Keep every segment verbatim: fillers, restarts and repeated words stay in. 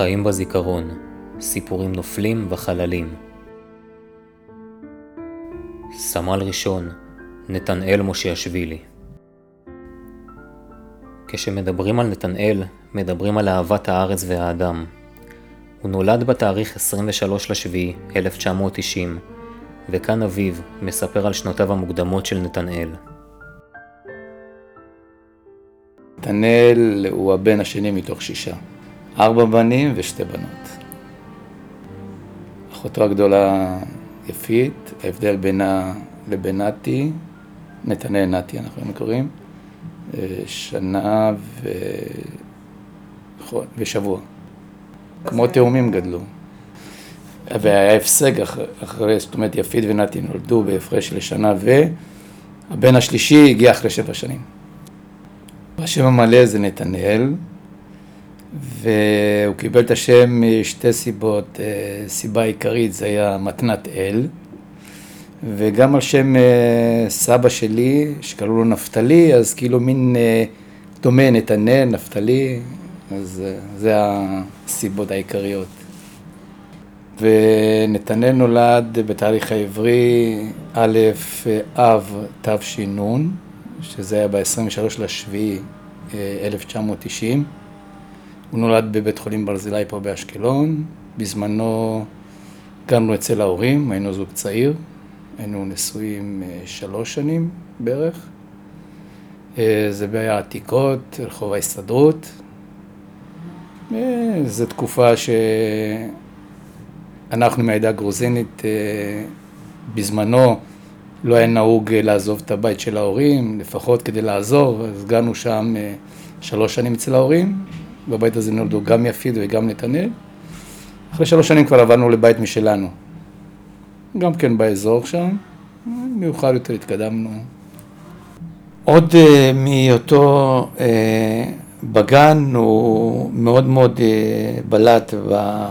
חיים בזיכרון, סיפורים נופלים וחללים. סמל ראשון, נתנאל מושיאשוילי. כשמדברים על נתנאל, מדברים על אהבת הארץ והאדם. הוא נולד בתאריך עשרים ושלושה לשביעי אלף תשע מאות תשעים, וכאן אביו מספר על שנותיו המוקדמות של נתנאל. נתנאל הוא הבן השני מתוך שישה. ארבע בנים ושתי בנות. אחותו הגדולה יפית, ההבדל בינה לבין נתי, נתנאל נתי אנחנו קוראים, שנה ו... ושבוע. כמו תאומים גדלו. והיה הפסק אחרי, זאת אומרת יפית ונתי נולדו בהפרש של שנה והבן השלישי הגיע אחרי שבע שנים. השם המלא זה נתנאל, והוא קיבל את השם משתי סיבות. סיבה עיקרית זה היה מתנת אל, וגם על שם סבא שלי שקראו לו נפתלי, אז כאילו מין דומה נתנאל, נפתלי, אז זה הסיבות העיקריות. ונתנאל נולד בתאריך העברי א' אב תש"ן, שזה היה ב-עשרים ושלושה לשביעי אלף תשע מאות תשעים. הוא נולד בבית חולים ברזילי פה באשקלון. בזמנו גרנו אצל ההורים, היינו זוג צעיר, היינו נשואים שלוש שנים בערך. זה בעיה עתיקות, רחוב ההסתדרות. זו תקופה שאנחנו מהעדה הגרוזינית בזמנו לא היה נהוג לעזוב את הבית של ההורים, לפחות כדי לעזור, אז גרנו שם שלוש שנים אצל ההורים. בבית הזה נולדו גם יפית וגם נתנאל. אחרי שלוש שנים כבר עברנו לבית משלנו. גם כן באזור שם, מיוחד יותר התקדמנו. עוד uh, מאותו uh, בגן הוא מאוד מאוד uh, בלט ב...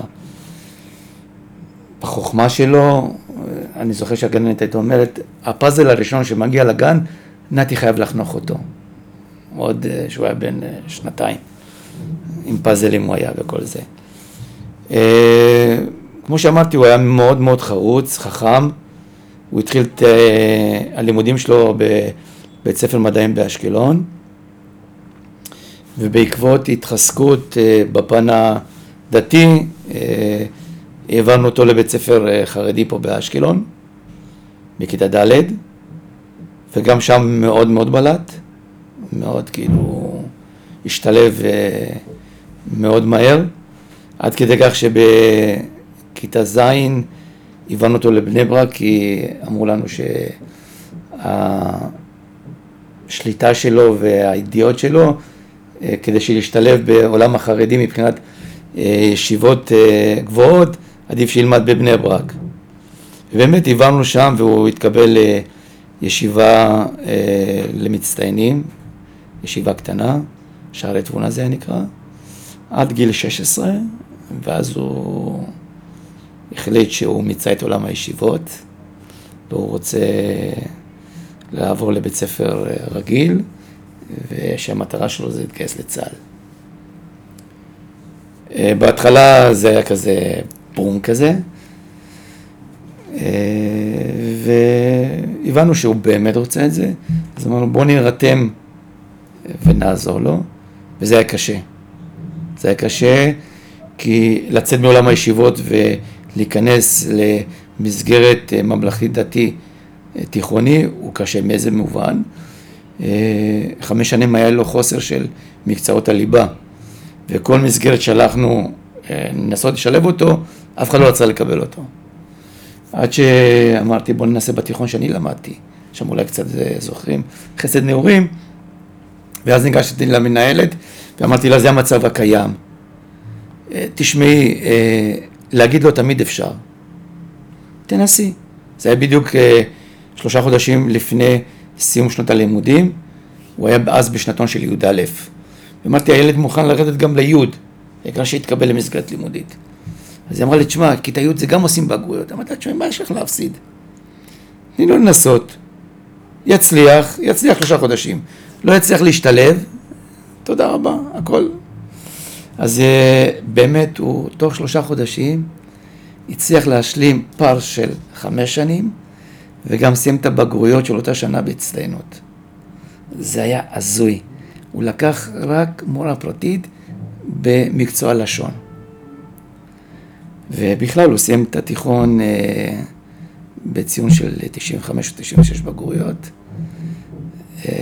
בחוכמה שלו. אני זוכר שהגננת הייתה אומרת, הפאזל הראשון שמגיע לגן, נתי חייב לחנוך אותו. עוד uh, שהוא היה בן uh, שנתיים. עם פאזלים הוא היה וכל זה. Uh, כמו שאמרתי, הוא היה מאוד מאוד חרוץ, חכם. הוא התחיל את uh, הלימודים שלו בבית ספר מדעים באשקלון, ובעקבות התחזקות uh, בפן הדתי, uh, העברנו אותו לבית ספר uh, חרדי פה באשקלון, בכיתה ד', וגם שם מאוד מאוד בלט, מאוד כאילו השתלב uh, מאוד מהר, עד כדי כך שבכיתה ז' הבאנו אותו לבני ברק, כי אמרו לנו שהשליטה שלו והאידיאות שלו, כדי שישתלב בעולם החרדי מבחינת ישיבות גבוהות, עדיף שילמד בבני ברק. ובאמת הבאנו שם והוא התקבל לישיבה למצטיינים, ישיבה קטנה, שערי תבונה זה נקרא, עד גיל שש עשרה, ואז הוא החליט שהוא מיצה את עולם הישיבות, והוא רוצה לעבור לבית ספר רגיל, ושהמטרה שלו זה להתגייס לצה"ל. בהתחלה זה היה כזה ברום כזה, והבנו שהוא באמת רוצה את זה, אז אמרנו בוא נרתם ונעזור לו, וזה היה קשה. זה היה קשה, כי לצאת מעולם הישיבות ולהיכנס למסגרת ממלכתית דתי תיכוני הוא קשה מאיזה מובן. חמש שנים היה לו חוסר של מקצועות הליבה, וכל מסגרת שלחנו לנסות לשלב אותו, אף אחד לא רצה לקבל אותו. עד שאמרתי בוא ננסה בתיכון שאני למדתי, שם אולי קצת זוכרים, חסד נעורים, ואז ניגשתי למנהלת ואמרתי לה זה המצב הקיים. תשמעי, להגיד לו תמיד אפשר. תנסי. זה היה בדיוק שלושה חודשים לפני סיום שנות הלימודים, הוא היה אז בשנתון של י' א'. ואמרתי, הילד מוכן לרדת גם ליוד, העיקר שיתקבל למסגרת לימודית. אז היא אמרה לי, תשמע, כיתה י' זה גם עושים בגרויות. אמרתי, תשמעי, מה יש לך להפסיד? תני לו לנסות. יצליח, יצליח שלושה חודשים. לא יצליח להשתלב, תודה רבה, הכל. אז באמת הוא תוך שלושה חודשים הצליח להשלים פער של חמש שנים, וגם סיים את הבגרויות של אותה שנה בהצטיינות. זה היה הזוי. הוא לקח רק מורה פרטית במקצוע לשון. ובכלל הוא סיים את התיכון אה, בציון של תשעים וחמש או תשעים ושש בגרויות. אה,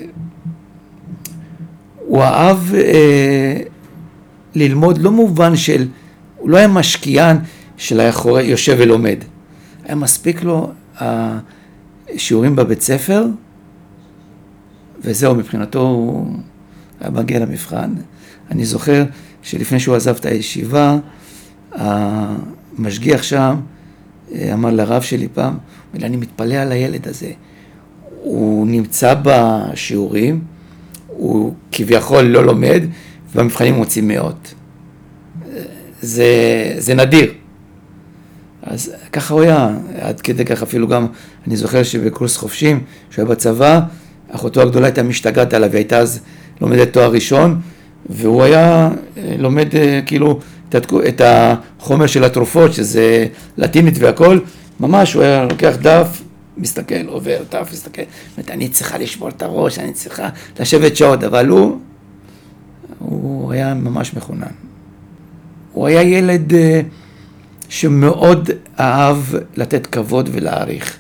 הוא אהב אה, ללמוד, לא מובן של, הוא לא היה משקיען של היחורה, יושב ולומד. היה מספיק לו השיעורים בבית ספר, וזהו, מבחינתו הוא היה מגיע למבחן. אני זוכר שלפני שהוא עזב את הישיבה, המשגיח שם אמר לרב שלי פעם, אני מתפלא על הילד הזה. הוא נמצא בשיעורים, הוא כביכול לא לומד, ובמבחנים הוא מוציא מאות. זה, זה נדיר. אז ככה הוא היה, עד כדי כך אפילו גם, אני זוכר שבקורס חופשים, שהוא היה בצבא, אחותו הגדולה הייתה משתגעת עליו, והיא הייתה אז לומדת תואר ראשון, והוא היה לומד כאילו את החומר של התרופות, שזה לטינית והכל, ממש הוא היה לוקח דף, מסתכל, עובר, דף, מסתכל, אומרת, אני צריכה לשבור את הראש, אני צריכה לשבת שעות, אבל הוא, הוא היה ממש מכונן. הוא היה ילד שמאוד אהב לתת כבוד ולהעריך.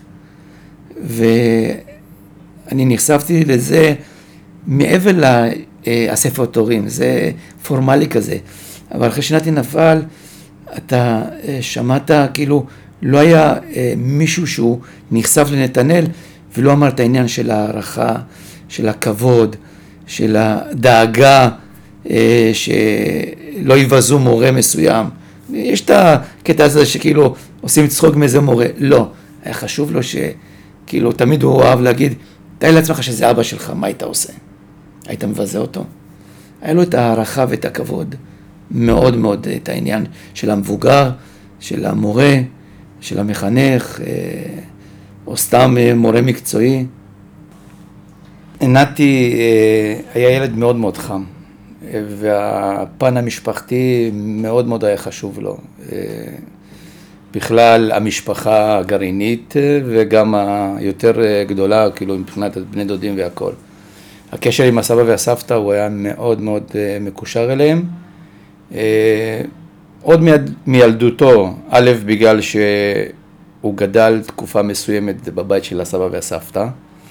ואני נחשפתי לזה מעבר לאספות הורים, זה פורמלי כזה. אבל אחרי שנתי נפל, אתה שמעת כאילו, לא היה מישהו שהוא נחשף לנתנאל, ולא אמר את העניין של הערכה, של הכבוד, של הדאגה, שלא יבזו מורה מסוים. יש את הקטע הזה שכאילו עושים צחוק מאיזה מורה. לא, היה חשוב לו שכאילו תמיד הוא אוהב להגיד, תאי לעצמך שזה אבא שלך, מה היית עושה? היית מבזה אותו? היה לו את הערכה ואת הכבוד. מאוד מאוד את העניין של המבוגר, של המורה, של המחנך, או סתם מורה מקצועי. נתי היה ילד מאוד מאוד חם. והפן המשפחתי מאוד מאוד היה חשוב לו. בכלל המשפחה הגרעינית וגם היותר גדולה, כאילו מבחינת בני דודים והכל. הקשר עם הסבא והסבתא הוא היה מאוד מאוד מקושר אליהם. עוד מילדותו, א' בגלל שהוא גדל תקופה מסוימת בבית של הסבא והסבתא,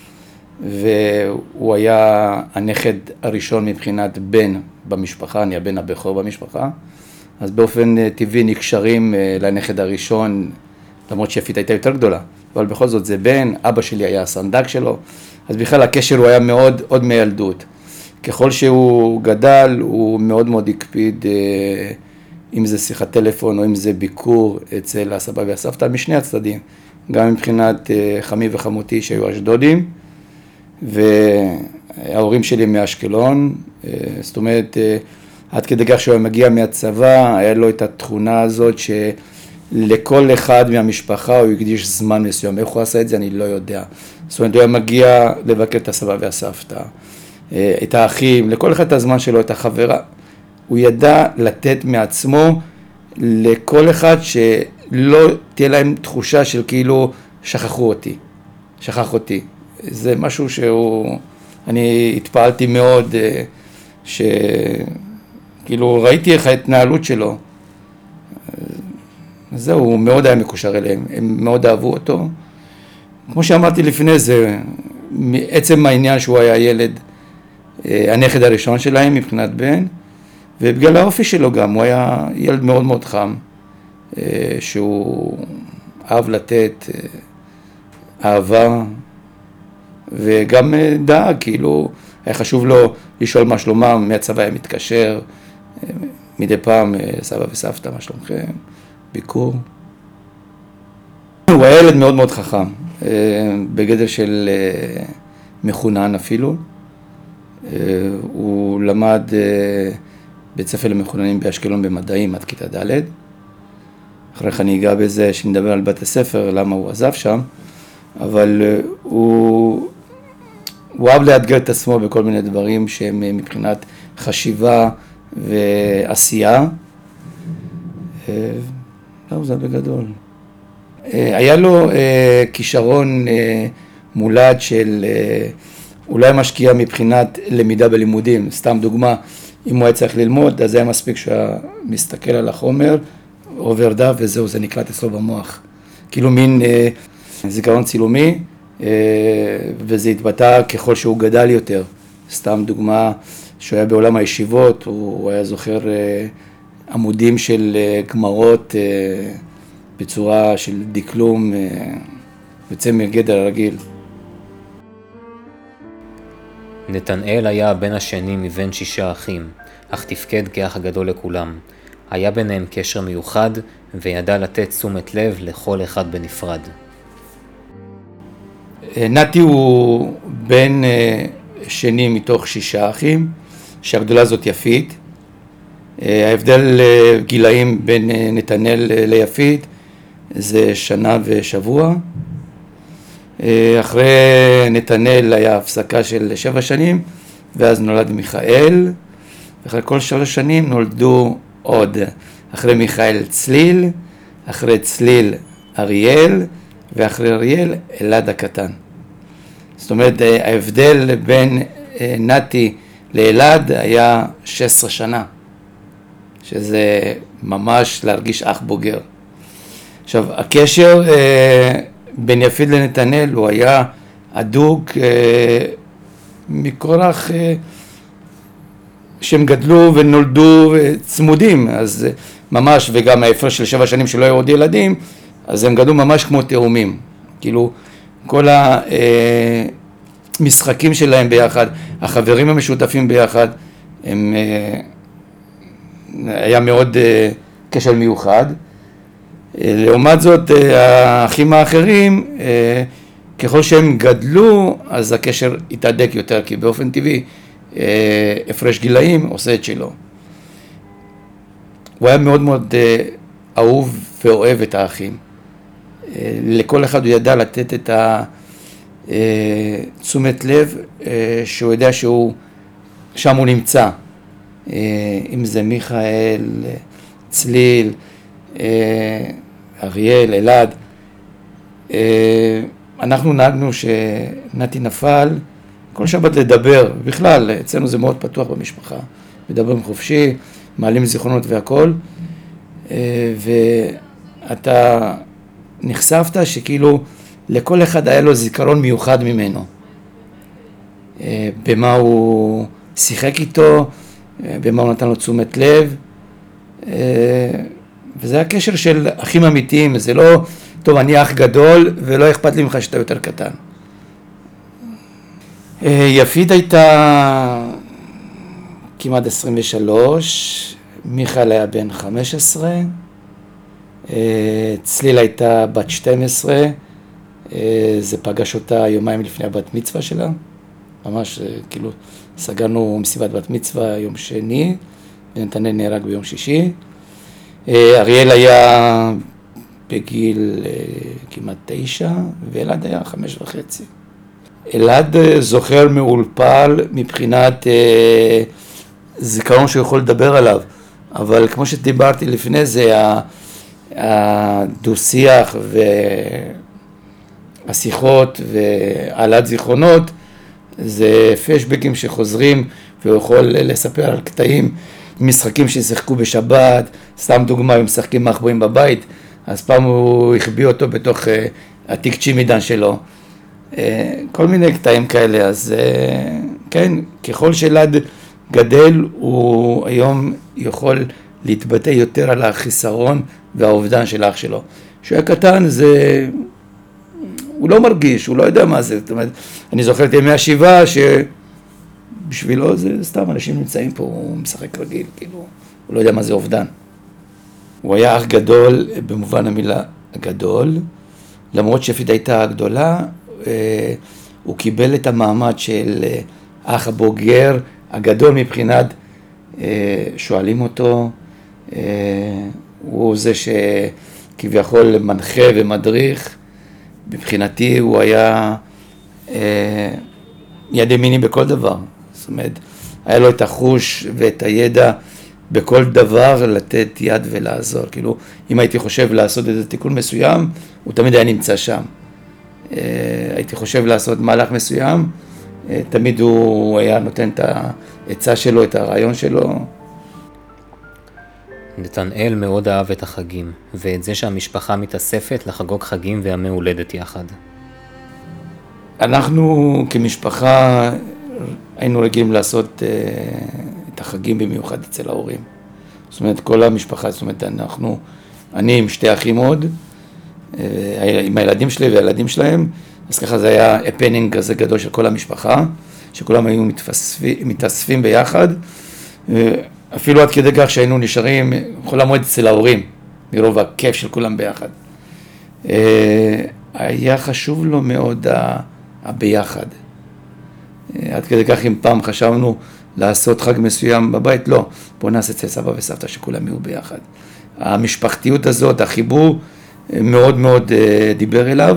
והוא היה הנכד הראשון מבחינת בן במשפחה, אני הבן הבכור במשפחה, אז באופן טבעי נקשרים לנכד הראשון, למרות שיפית הייתה יותר גדולה, אבל בכל זאת זה בן, אבא שלי היה הסנדק שלו, אז בכלל הקשר הוא היה מאוד, עוד מילדות. ככל שהוא גדל, הוא מאוד מאוד הקפיד, אם זה שיחת טלפון או אם זה ביקור אצל הסבא והסבתא, משני הצדדים, גם מבחינת חמי וחמותי שהיו אשדודים, וההורים שלי מאשקלון, זאת אומרת, עד כדי כך שהוא מגיע מהצבא, היה לו את התכונה הזאת שלכל אחד מהמשפחה הוא הקדיש זמן מסוים. איך הוא עשה את זה אני לא יודע. זאת אומרת, הוא היה מגיע לבקר את הסבא והסבתא, את האחים, לכל אחד את הזמן שלו, את החברה. הוא ידע לתת מעצמו לכל אחד שלא תהיה להם תחושה של כאילו שכחו אותי, שכח אותי. זה משהו שהוא, אני התפעלתי מאוד, שכאילו ראיתי איך ההתנהלות שלו. זהו, הוא מאוד היה מקושר אליהם, הם מאוד אהבו אותו. כמו שאמרתי לפני זה, מעצם העניין שהוא היה ילד, הנכד הראשון שלהם מבחינת בן, ובגלל האופי שלו גם, הוא היה ילד מאוד מאוד חם, שהוא אהב לתת אהבה, וגם דאג, כאילו, היה חשוב לו לשאול מה שלומם, מהצבא היה מתקשר, מדי פעם, סבא וסבתא, מה שלומכם, ביקור. הוא היה ילד מאוד מאוד חכם, בגדר של מחונן אפילו. הוא למד בית ספר למחוננים באשקלון במדעים עד כיתה ד'. אחרי כן אני אגע בזה שנדבר על בית הספר, למה הוא עזב שם, אבל הוא, הוא אהב לאתגר את עצמו בכל מיני דברים שהם מבחינת חשיבה ועשייה. לא, זה בגדול. היה לו כישרון מולד של אולי משקיע מבחינת למידה בלימודים. סתם דוגמה, אם הוא היה צריך ללמוד, אז היה מספיק שהוא היה מסתכל על החומר, עובר דף וזהו, זה נקלט אצלו במוח. כאילו מין אה, זיכרון צילומי, אה, וזה התבטא ככל שהוא גדל יותר. סתם דוגמה, שהוא היה בעולם הישיבות, הוא היה זוכר אה, עמודים של אה, גמרות אה, בצורה של דקלום, אה, יוצא מגדר הרגיל. נתנאל היה הבן השני מבין שישה אחים, אך תפקד כאח הגדול לכולם. היה ביניהם קשר מיוחד, וידע לתת תשומת לב לכל אחד בנפרד. נתי הוא בן שני מתוך שישה אחים, שהגדולה זאת יפית. ההבדל גילאים בין נתנאל ליפית זה שנה ושבוע. אחרי נתנאל היה הפסקה של שבע שנים, ואז נולד מיכאל, ואחרי כל שלוש שנים נולדו עוד, אחרי מיכאל צליל, אחרי צליל אריאל, ואחרי אריאל אלעד הקטן. זאת אומרת, ההבדל בין נתי לאלעד היה שש עשרה שנה, שזה ממש להרגיש אח בוגר. עכשיו, הקשר בין יפית לנתנאל הוא היה הדוק מכורח שהם גדלו ונולדו צמודים, אז ממש, וגם ההפרש של שבע שנים שלא היו עוד ילדים, אז הם גדלו ממש כמו תאומים. כאילו, כל המשחקים שלהם ביחד, החברים המשותפים ביחד, הם, היה מאוד קשר מיוחד. לעומת זאת, האחים האחרים, ככל שהם גדלו, אז הקשר התהדק יותר, כי באופן טבעי, הפרש גילאים עושה את שלו. הוא היה מאוד מאוד אהוב ואוהב את האחים. לכל אחד הוא ידע לתת את תשומת לב שהוא יודע שהוא, שם הוא נמצא. אם זה מיכאל, צליל, אריאל, אלעד. אנחנו נהגנו שנתי נפל כל שבת לדבר, בכלל, אצלנו זה מאוד פתוח במשפחה, מדברים חופשי, מעלים זיכרונות והכל, ואתה נחשפת שכאילו לכל אחד היה לו זיכרון מיוחד ממנו, במה הוא שיחק איתו, במה הוא נתן לו תשומת לב, וזה הקשר של אחים אמיתיים, זה לא, טוב, אני אח גדול ולא אכפת לי ממך שאתה יותר קטן. יפית הייתה כמעט עשרים ושלוש, מיכאל היה בן חמש עשרה, צליל הייתה בת שתים עשרה, זה פגש אותה יומיים לפני הבת מצווה שלה, ממש כאילו סגרנו מסיבת בת מצווה יום שני, ונתנאל נהרג ביום שישי. אריאל היה בגיל כמעט תשע, ואלעד היה חמש וחצי. אלעד זוכר מאולפל מבחינת אה, זיכרון שהוא יכול לדבר עליו, אבל כמו שדיברתי לפני זה, הדו-שיח והשיחות ועלת זיכרונות, זה פלשבקים שחוזרים, והוא יכול לספר על קטעים, משחקים ששיחקו בשבת, סתם דוגמה, הם משחקים מחבואים בבית, אז פעם הוא החביא אותו בתוך אה, התיק צ'ימידן שלו, כל מיני קטעים כאלה. אז כן, ככל שאלעד גדל, הוא היום יכול להתבטא יותר על החיסרון והאובדן של אח שלו. כשהוא היה קטן, זה, הוא לא מרגיש, הוא לא יודע מה זה. זאת אומרת, אני זוכר את ימי השבעה, שבשבילו זה סתם אנשים נמצאים פה, הוא משחק רגיל, כאילו, הוא לא יודע מה זה אובדן. הוא היה אח גדול במובן המילה גדול, למרות שיפית הייתה הגדולה, הוא קיבל את המעמד של אח הבוגר הגדול מבחינת, שואלים אותו, הוא זה שכביכול מנחה ומדריך, מבחינתי הוא היה יד ימיני בכל דבר, זאת אומרת, היה לו את החוש ואת הידע בכל דבר לתת יד ולעזור. כאילו, אם הייתי חושב לעשות איזה תיקון מסוים, הוא תמיד היה נמצא שם. הייתי חושב לעשות מהלך מסוים, תמיד הוא היה נותן את העצה שלו, את הרעיון שלו. נתנאל מאוד אהב את החגים, ואת זה שהמשפחה מתאספת לחגוג חגים וימי הולדת יחד. אנחנו כמשפחה היינו רגילים לעשות את החגים במיוחד אצל ההורים. זאת אומרת, כל המשפחה, זאת אומרת, אנחנו, אני עם שתי אחים עוד, עם הילדים שלי והילדים שלהם, אז ככה זה היה הפנינג כזה גדול של כל המשפחה, שכולם היו מתאספים, מתאספים ביחד, אפילו עד כדי כך שהיינו נשארים כל המועד אצל ההורים, מרוב הכיף של כולם ביחד. היה חשוב לו מאוד הביחד. עד כדי כך אם פעם חשבנו לעשות חג מסוים בבית, לא, בוא נעשה אצל סבא וסבתא שכולם יהיו ביחד. המשפחתיות הזאת, החיבור, מאוד מאוד דיבר אליו.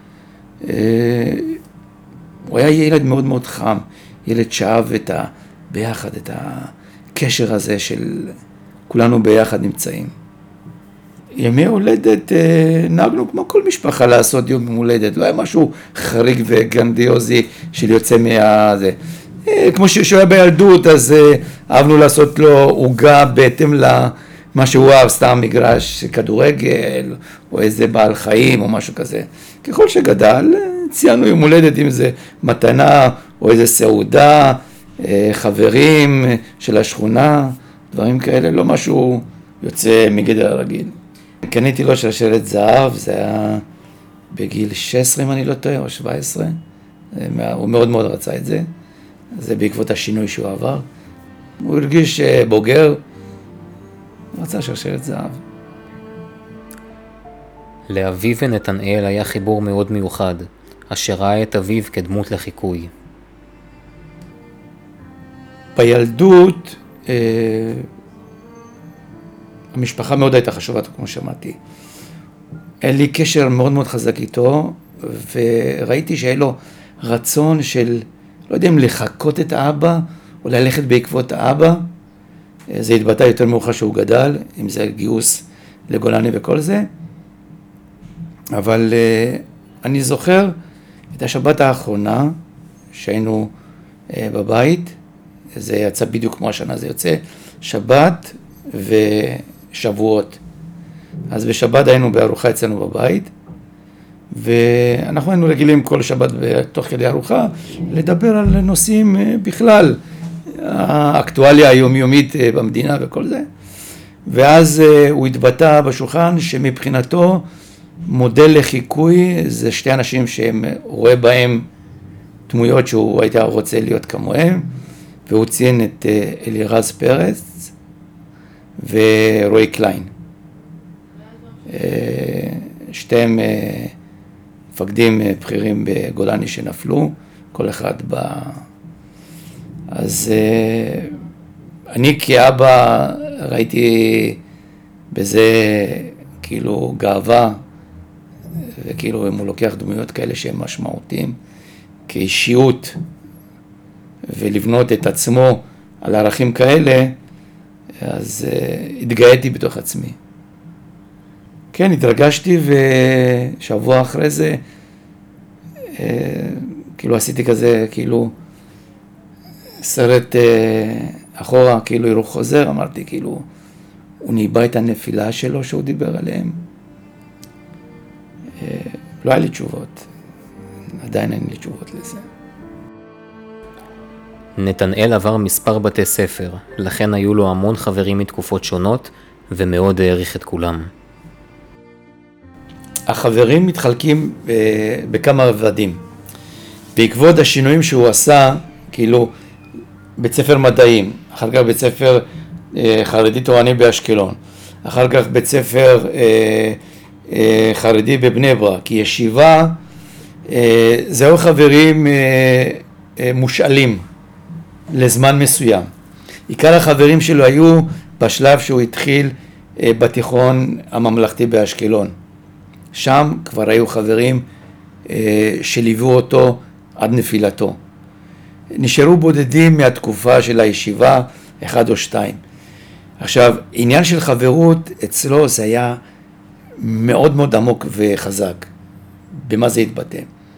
הוא היה ילד מאוד מאוד חם, ילד שאהב את ה... ביחד, את הקשר הזה של כולנו ביחד נמצאים. ימי הולדת נהגנו כמו כל משפחה לעשות יום הולדת, לא היה משהו חריג וגרנדיוזי של יוצא מהזה. כמו שהוא היה בילדות, אז אהבנו לעשות לו עוגה בהתאם למה שהוא אהב, סתם מגרש כדורגל, או איזה בעל חיים או משהו כזה. ככל שגדל, ציינו יום הולדת עם זה מתנה או איזה סעודה, חברים של השכונה, דברים כאלה, לא משהו יוצא מגדר הרגיל. קניתי לו שלשלת זהב, זה היה בגיל שש עשרה אם אני לא טועה, או שבע עשרה, הוא מאוד מאוד רצה את זה, זה בעקבות השינוי שהוא עבר. הוא הרגיש בוגר, רצה שלשלת זהב. לאביו ונתנאל היה חיבור מאוד מיוחד, אשר ראה את אביו כדמות לחיקוי. בילדות, אה, המשפחה מאוד הייתה חשובה, כמו שמעתי. היה לי קשר מאוד מאוד חזק איתו, וראיתי שהיה לו רצון של, לא יודע אם לחכות את האבא, או ללכת בעקבות האבא. זה התבטא יותר מאוחר שהוא גדל, אם זה גיוס לגולני וכל זה. אבל אה, אני זוכר את השבת האחרונה, שהיינו אה, בבית, זה יצא בדיוק כמו השנה, זה יוצא שבת ושבועות. אז בשבת היינו בארוחה אצלנו בבית, ואנחנו היינו רגילים כל שבת בתוך כדי ארוחה לדבר על נושאים בכלל, האקטואליה היומיומית במדינה וכל זה. ואז הוא התבטא בשולחן שמבחינתו מודל לחיקוי זה שתי אנשים שהם רואה בהם דמויות שהוא הייתה רוצה להיות כמוהם, והוא ציין את אלירז פרץ ורועי קליין. שתיהם מפקדים בכירים בגולני שנפלו, כל אחד ב... אז אני כאבא ראיתי בזה כאילו גאווה, וכאילו אם הוא לוקח דמויות כאלה שהם משמעותיים, כאישיות, ולבנות את עצמו על ערכים כאלה, אז uh, התגאיתי בתוך עצמי. כן, התרגשתי, ושבוע אחרי זה, uh, כאילו עשיתי כזה, כאילו, סרט uh, אחורה, כאילו הירוך חוזר, אמרתי, כאילו, הוא ניבא את הנפילה שלו שהוא דיבר עליהם. Uh, לא היה לי תשובות, עדיין אין לי תשובות לזה. נתנאל עבר מספר בתי ספר, לכן היו לו המון חברים מתקופות שונות, ומאוד העריך את כולם. החברים מתחלקים בכמה רבדים. בעקבות השינויים שהוא עשה, כאילו בית ספר מדעים, אחר כך בית ספר חרדי תורני באשקלון, אחר כך בית ספר חרדי בבני ברק, ישיבה, זהו חברים מושאלים. לזמן מסוים. עיקר החברים שלו היו בשלב שהוא התחיל בתיכון הממלכתי באשקלון. שם כבר היו חברים שליוו אותו עד נפילתו. נשארו בודדים מהתקופה של הישיבה, אחד או שתיים. עכשיו, עניין של חברות אצלו זה היה מאוד מאוד עמוק וחזק. במה זה התבטא?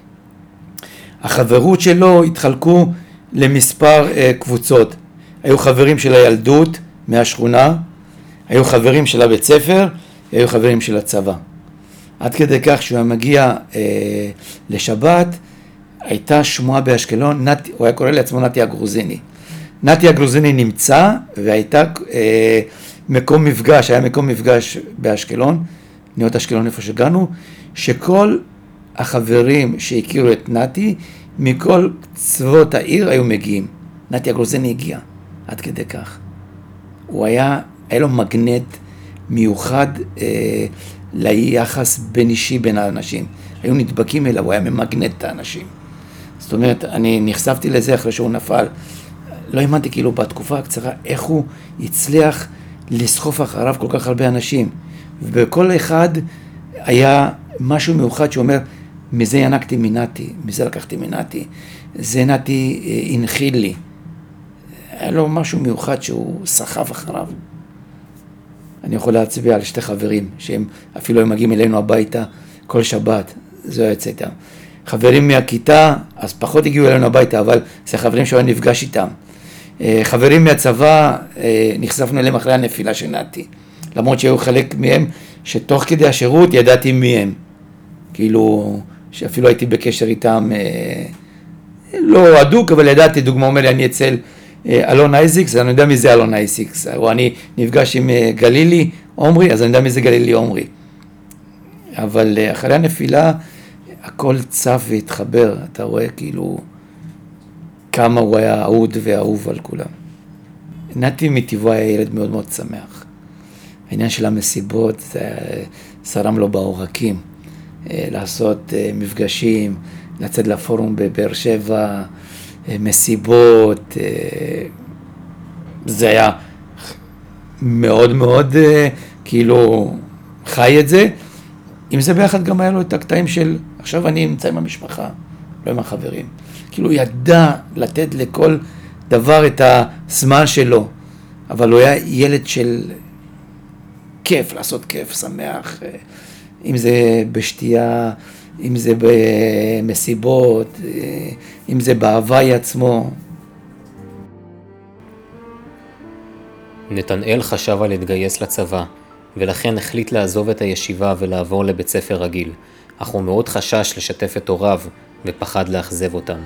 החברות שלו התחלקו למספר uh, קבוצות. היו חברים של הילדות מהשכונה, היו חברים של הבית ספר, היו חברים של הצבא. עד כדי כך שהוא מגיע uh, לשבת, הייתה שמועה באשקלון, נתי, הוא היה קורא לעצמו נתי הגרוזיני. נתי הגרוזיני נמצא והייתה אה, מקום מפגש, היה מקום מפגש באשקלון, נאות אשקלון איפה שגענו, שכל החברים שהכירו את נתי, מכל צוות העיר היו מגיעים. נתי הגרוזיני הגיע, עד כדי כך. הוא היה, היה לו מגנט מיוחד אה, ליחס בין אישי בין האנשים. היו נדבקים אליו, הוא היה ממגנט את האנשים. זאת אומרת, אני נחשפתי לזה אחרי שהוא נפל. לא האמנתי כאילו בתקופה הקצרה איך הוא הצליח לסחוף אחריו כל כך הרבה אנשים. ובכל אחד היה משהו מיוחד שאומר, מזה ינקתי מנתי, מזה לקחתי מנתי, זה נתי הנחיל לי. היה לו משהו מיוחד שהוא סחף אחריו. אני יכול להצביע על שתי חברים שהם אפילו הם מגיעים אלינו הביתה כל שבת, זה היה יוצא איתם. חברים מהכיתה, אז פחות הגיעו אלינו הביתה, אבל זה חברים שהוא נפגש איתם. חברים מהצבא, נחשפנו אליהם אחרי הנפילה של נתי. למרות שהיו חלק מהם, שתוך כדי השירות ידעתי מי הם. כאילו, שאפילו הייתי בקשר איתם, לא הדוק, אבל ידעתי, דוגמה אומר לי, אני אצל אלון אייזיקס, אני יודע מי זה אלון אייזיקס. או אני נפגש עם גלילי עומרי, אז אני יודע מי זה גלילי עומרי. אבל אחרי הנפילה, הכל צף והתחבר, אתה רואה כאילו כמה הוא היה אהוד ואהוב על כולם. נתי מטבעו היה ילד מאוד מאוד שמח. העניין של המסיבות, זה שרם לו בעורקים, לעשות מפגשים, לצאת לפורום בבאר שבע, מסיבות, זה היה מאוד מאוד כאילו חי את זה. עם זה ביחד גם היה לו את הקטעים של, עכשיו אני נמצא עם המשפחה, לא עם החברים. כאילו הוא ידע לתת לכל דבר את הזמן שלו, אבל הוא היה ילד של כיף, לעשות כיף, שמח, אם זה בשתייה, אם זה במסיבות, אם זה בהוואי עצמו. נתנאל חשב על להתגייס לצבא, ולכן החליט לעזוב את הישיבה ולעבור לבית ספר רגיל, אך הוא מאוד חשש לשתף את הוריו ופחד לאכזב אותם.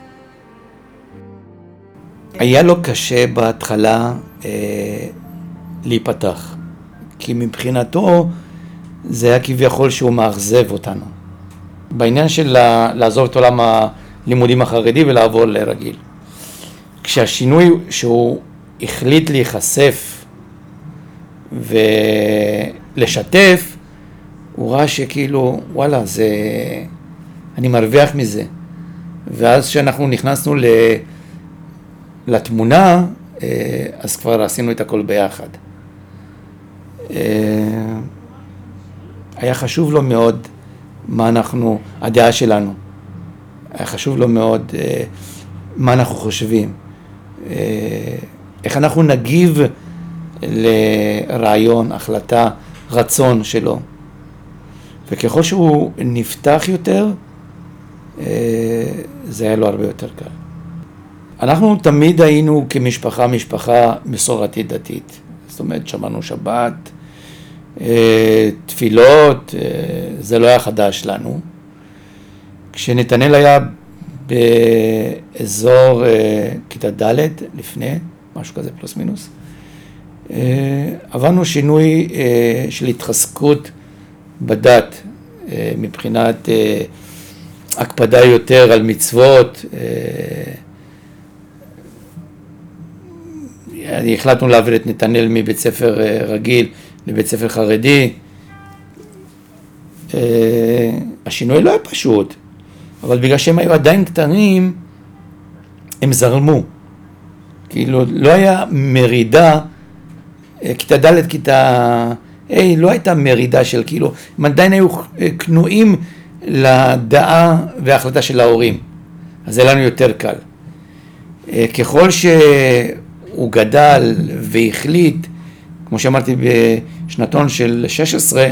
היה לו קשה בהתחלה אה, להיפתח, כי מבחינתו זה היה כביכול שהוא מאכזב אותנו. בעניין של לעזוב את עולם הלימודים החרדי ולעבור לרגיל. כשהשינוי שהוא החליט להיחשף ולשתף, הוא ראה שכאילו, וואלה, זה, אני מרוויח מזה. ואז כשאנחנו נכנסנו ל, לתמונה, אז כבר עשינו את הכל ביחד. היה חשוב לו מאוד מה אנחנו, הדעה שלנו. היה חשוב לו מאוד מה אנחנו חושבים. איך אנחנו נגיב לרעיון, החלטה, רצון שלו. וככל שהוא נפתח יותר, זה היה לו הרבה יותר קל. אנחנו תמיד היינו כמשפחה, משפחה מסורתית דתית. זאת אומרת, שמענו שבת, תפילות, זה לא היה חדש לנו. כשנתנאל היה באזור כיתה ד' לפני, משהו כזה פלוס מינוס, עברנו שינוי של התחזקות בדת, מבחינת הקפדה יותר על מצוות. החלטנו להעביר את נתנאל מבית ספר רגיל לבית ספר חרדי. השינוי לא היה פשוט, אבל בגלל שהם היו עדיין קטנים, הם זרמו. כאילו לא היה מרידה, כיתה ד' כיתה היי, לא הייתה מרידה של כאילו, הם עדיין היו כנועים לדעה וההחלטה של ההורים. אז זה לנו יותר קל. ככל שהוא גדל והחליט כמו שאמרתי בשנתון של שש עשרה,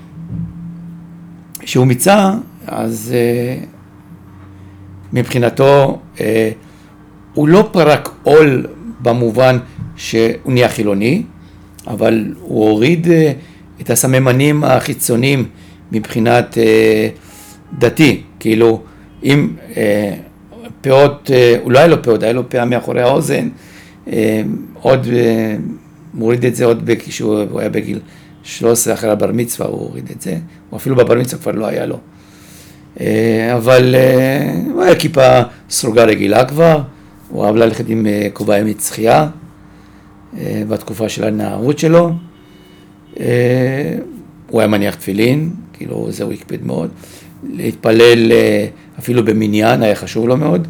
שהוא מיצה, אז uh, מבחינתו uh, הוא לא פרק עול במובן שהוא נהיה חילוני, אבל הוא הוריד uh, את הסממנים החיצוניים מבחינת uh, דתי, כאילו אם uh, פאות, uh, הוא לא היה לו פאות, היה לו פאה מאחורי האוזן, uh, עוד uh, מוריד את זה עוד כשהוא היה בגיל שלוש עשרה אחרי הבר מצווה, הוא הוריד את זה, או אפילו בבר מצווה כבר לא היה לו. אבל הוא היה כיפה סרוגה רגילה כבר, הוא אהב ללכת עם כובעי מצחייה בתקופה של הנערות שלו. הוא היה מניח תפילין, כאילו זה הוא הקפיד מאוד. להתפלל אפילו במניין היה חשוב לו מאוד.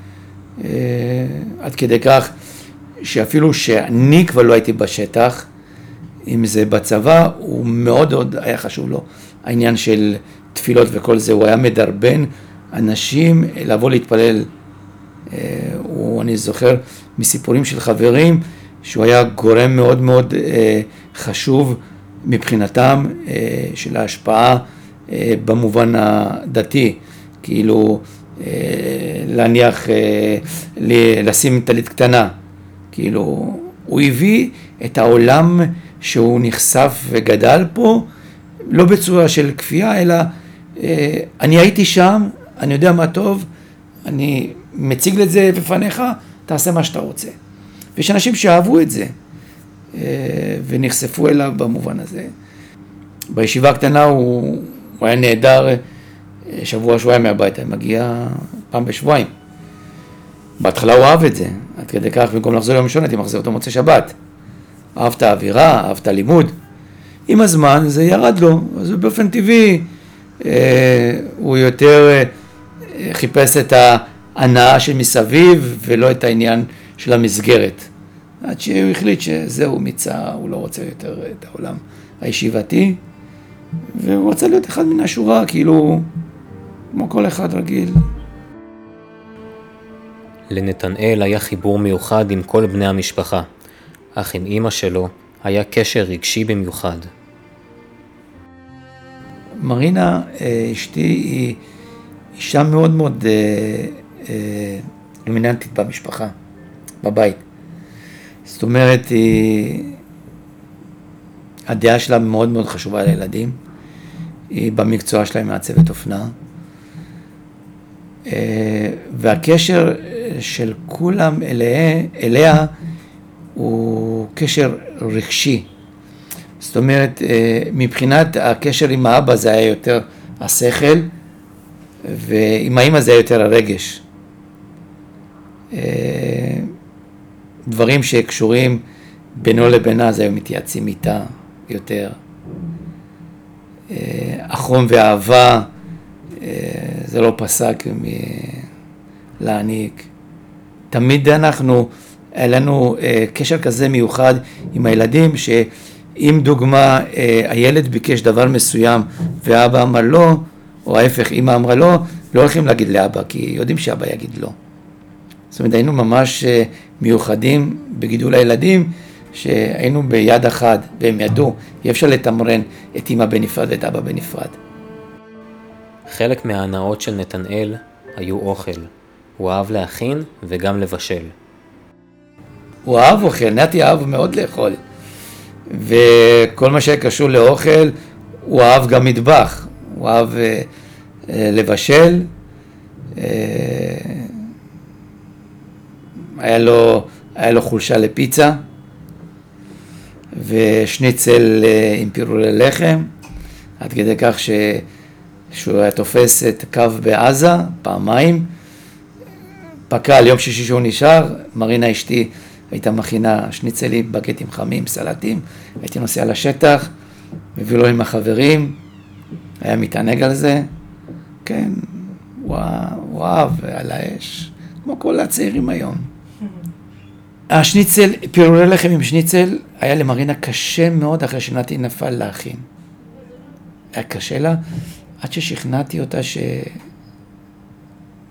עד כדי כך שאפילו שאני כבר לא הייתי בשטח, אם זה בצבא, הוא מאוד מאוד היה חשוב לו. העניין של תפילות וכל זה, הוא היה מדרבן אנשים לבוא להתפלל. הוא, אני זוכר מסיפורים של חברים, שהוא היה גורם מאוד מאוד חשוב מבחינתם של ההשפעה במובן הדתי. כאילו להניח, לשים טלית קטנה. כאילו הוא הביא את העולם שהוא נחשף וגדל פה, לא בצורה של כפייה, אלא אה, אני הייתי שם, אני יודע מה טוב, אני מציג לזה בפניך, תעשה מה שאתה רוצה. ויש אנשים שאהבו את זה, אה, ונחשפו אליו במובן הזה. בישיבה הקטנה הוא, הוא היה נהדר, שבוע שבועיים מהבית, היה מגיע פעם בשבועיים. בהתחלה הוא אהב את זה, עד כדי כך במקום לחזור יום ראשון, הייתי מחזיר אותו מוצא שבת. אהב את האווירה, אהב את הלימוד. עם הזמן זה ירד לו, אז באופן טבעי אה, הוא יותר אה, חיפש את ההנאה שמסביב ולא את העניין של המסגרת. עד שהוא החליט שזהו מיצה, הוא לא רוצה יותר את העולם הישיבתי, והוא רוצה להיות אחד מן השורה, כאילו כמו כל אחד רגיל. לנתנאל היה חיבור מיוחד עם כל בני המשפחה, אך עם אמא שלו היה קשר רגשי במיוחד. מרינה, אשתי, היא אישה מאוד מאוד דומיננטית במשפחה, בבית. זאת אומרת, היא, הדעה שלה מאוד מאוד חשובה לילדים. היא במקצוע שלה מעצבת אופנה. והקשר של כולם אליה, אליה הוא קשר רגשי. זאת אומרת, מבחינת הקשר עם האבא זה היה יותר השכל, ועם האמא זה היה יותר הרגש. דברים שקשורים בינו לבינה, זה היו מתייעצים איתה יותר. החום ואהבה, זה לא פסק מלהעניק. תמיד אנחנו, היה לנו קשר כזה מיוחד עם הילדים, שאם דוגמה הילד ביקש דבר מסוים ואבא אמר לא, או ההפך, אמא אמרה לא, לא הולכים להגיד לאבא, כי יודעים שאבא יגיד לא. זאת אומרת, היינו ממש מיוחדים בגידול הילדים, שהיינו ביד אחת, והם ידעו, אי אפשר לתמרן את אמא בנפרד ואת אבא בנפרד. חלק מההנאות של נתנאל היו אוכל. הוא אהב להכין וגם לבשל. הוא אהב אוכל, נתי אהב מאוד לאכול. וכל מה שקשור לאוכל, הוא אהב גם מטבח. הוא אהב אה, אה, לבשל. אה, היה לו, היה לו חולשה לפיצה. ושניצל אה, עם פירורי לחם. עד כדי כך ש... שהוא היה תופס את קו בעזה פעמיים. פקל, יום שישי שהוא נשאר, מרינה אשתי הייתה מכינה שניצלים, בגטים חמים, סלטים, הייתי נוסע לשטח, מביא לו עם החברים, היה מתענג על זה, כן, הוא אהב על האש, כמו כל הצעירים היום. השניצל, פירורי לחם עם שניצל, היה למרינה קשה מאוד אחרי שנתי נפל להכין. היה קשה לה, עד ששכנעתי אותה ש...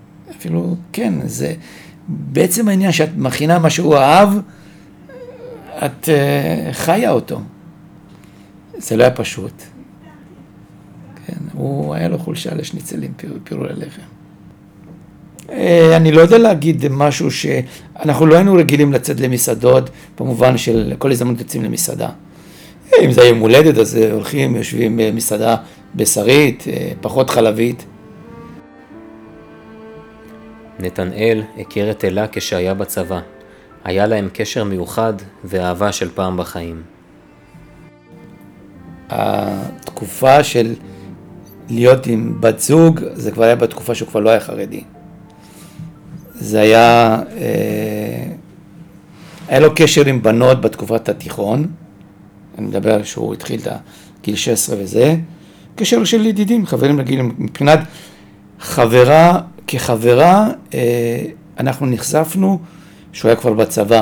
אפילו, כן, זה בעצם העניין שאת מכינה מה שהוא אהב, את uh, חיה אותו. זה לא היה פשוט. כן, הוא היה לו חולשה לשניצלים, פירורי לחם. אני לא יודע להגיד משהו שאנחנו לא היינו רגילים לצאת למסעדות, במובן של כל הזדמנות יוצאים למסעדה. אם זה יום הולדת, אז הולכים, יושבים במסעדה בשרית, פחות חלבית. נתנאל הכיר את אלה כשהיה בצבא. היה להם קשר מיוחד ואהבה של פעם בחיים. התקופה של להיות עם בת זוג, זה כבר היה בתקופה שהוא כבר לא היה חרדי. זה היה, היה לו קשר עם בנות בתקופת התיכון, אני מדבר על שהוא התחיל את גיל שש עשרה וזה, קשר של ידידים, חברים לגיל, מבחינת חברה, כחברה, אנחנו נחשפנו שהוא היה כבר בצבא,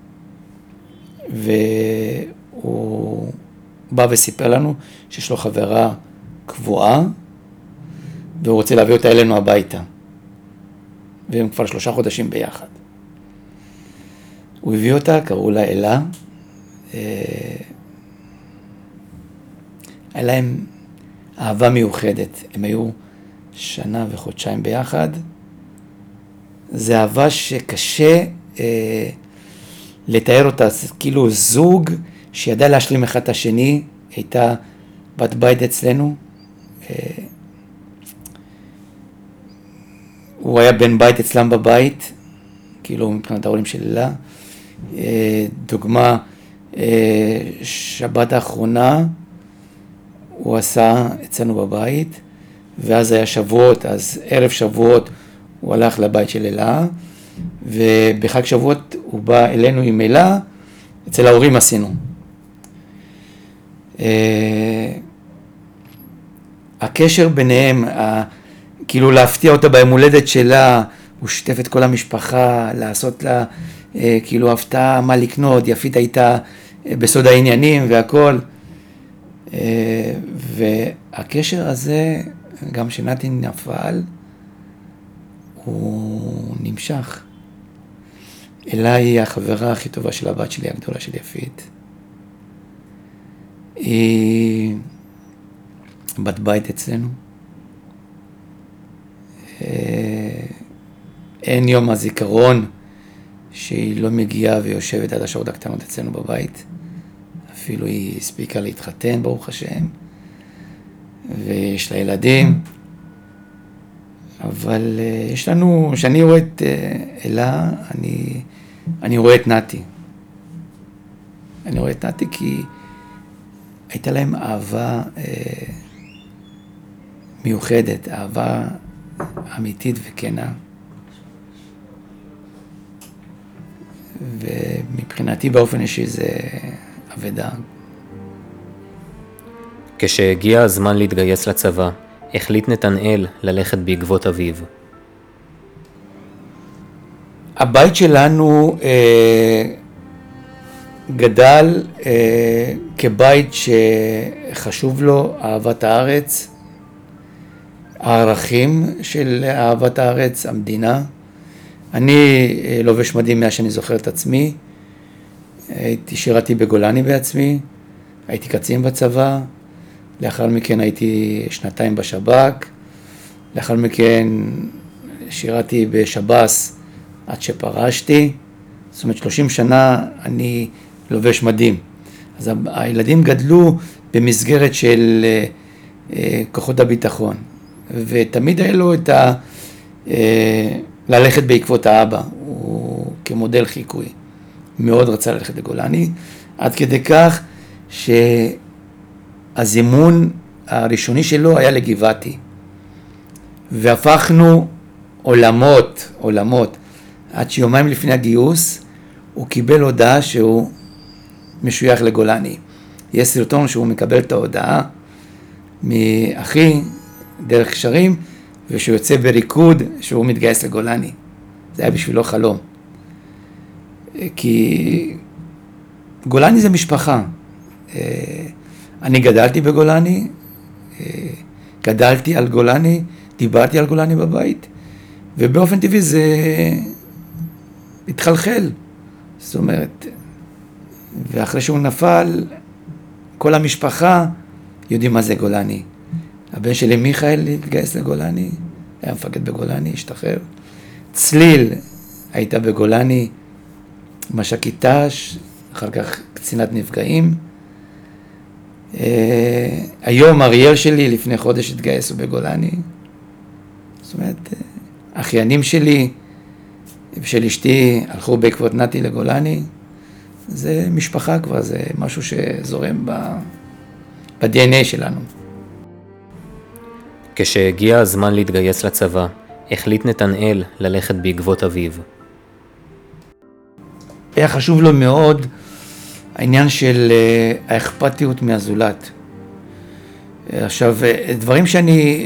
והוא בא וסיפר לנו שיש לו חברה קבועה, והוא רוצה להביא אותה אלינו הביתה. והם כבר שלושה חודשים ביחד. הוא הביא אותה, קראו לה אלה. היה להם אהבה מיוחדת. הם היו שנה וחודשיים ביחד. זה אהבה שקשה אה, לתאר אותה, כאילו זוג שידע להשלים אחד את השני, הייתה בת בית אצלנו. אה, הוא היה בן בית אצלם בבית, כאילו מבחינת ההורים של אלה. דוגמה, שבת האחרונה הוא עשה אצלנו בבית, ואז היה שבועות, אז ערב שבועות הוא הלך לבית של אלה, ובחג שבועות הוא בא אלינו עם אלה, אצל ההורים עשינו. הקשר ביניהם, כאילו להפתיע אותה ביום הולדת שלה, הוא שיתף את כל המשפחה, לעשות לה אה, כאילו הפתעה מה לקנות, יפית הייתה אה, בסוד העניינים והכל. אה, והקשר הזה, גם שנתי נפל, הוא נמשך. אלה היא החברה הכי טובה של הבת שלי, הגדולה של יפית. היא בת בית אצלנו. אין יום הזיכרון שהיא לא מגיעה ויושבת עד השעות הקטנות אצלנו בבית. אפילו היא הספיקה להתחתן, ברוך השם, ויש לה ילדים. אבל יש לנו, כשאני רואה את אלה, אני, אני רואה את נתי. אני רואה את נתי כי הייתה להם אהבה אה, מיוחדת, אהבה אמיתית וכנה. ומבחינתי באופן אישי זה אבדה. כשהגיע הזמן להתגייס לצבא, החליט נתנאל ללכת בעקבות אביו. הבית שלנו אה, גדל אה, כבית שחשוב לו אהבת הארץ, הערכים של אהבת הארץ, המדינה. אני אה, לובש מדים מאז שאני זוכר את עצמי, הייתי שירתי בגולני בעצמי, הייתי קצין בצבא, לאחר מכן הייתי שנתיים בשב"כ, לאחר מכן שירתי בשב"ס עד שפרשתי, זאת אומרת שלושים שנה אני לובש מדים. אז הילדים גדלו במסגרת של כוחות הביטחון, ותמיד היה לו את ה... ללכת בעקבות האבא, הוא כמודל חיקוי. מאוד רצה ללכת לגולני, עד כדי כך שהזימון הראשוני שלו היה לגבעתי. והפכנו עולמות, עולמות, עד שיומיים לפני הגיוס, הוא קיבל הודעה שהוא משוייך לגולני. יש סרטון שהוא מקבל את ההודעה מאחי, דרך קשרים, ושהוא יוצא בריקוד שהוא מתגייס לגולני. זה היה בשבילו חלום. כי גולני זה משפחה. אני גדלתי בגולני, גדלתי על גולני, דיברתי על גולני בבית, ובאופן טבעי זה התחלחל. זאת אומרת, ואחרי שהוא נפל, כל המשפחה יודעים מה זה גולני. הבן שלי מיכאל התגייס לגולני, היה מפקד בגולני, השתחרר. צליל הייתה בגולני, מש"קית ת"ש, אחר כך קצינת נפגעים. היום אריאל שלי לפני חודש התגייסו בגולני. זאת אומרת, אחיינים שלי ושל אשתי הלכו בעקבות נתי לגולני. זה משפחה כבר, זה משהו שזורם ב-די אן איי שלנו. כשהגיע הזמן להתגייס לצבא, החליט נתנאל ללכת בעקבות אביו. היה חשוב לו מאוד העניין של האכפתיות מהזולת. עכשיו, דברים שאני,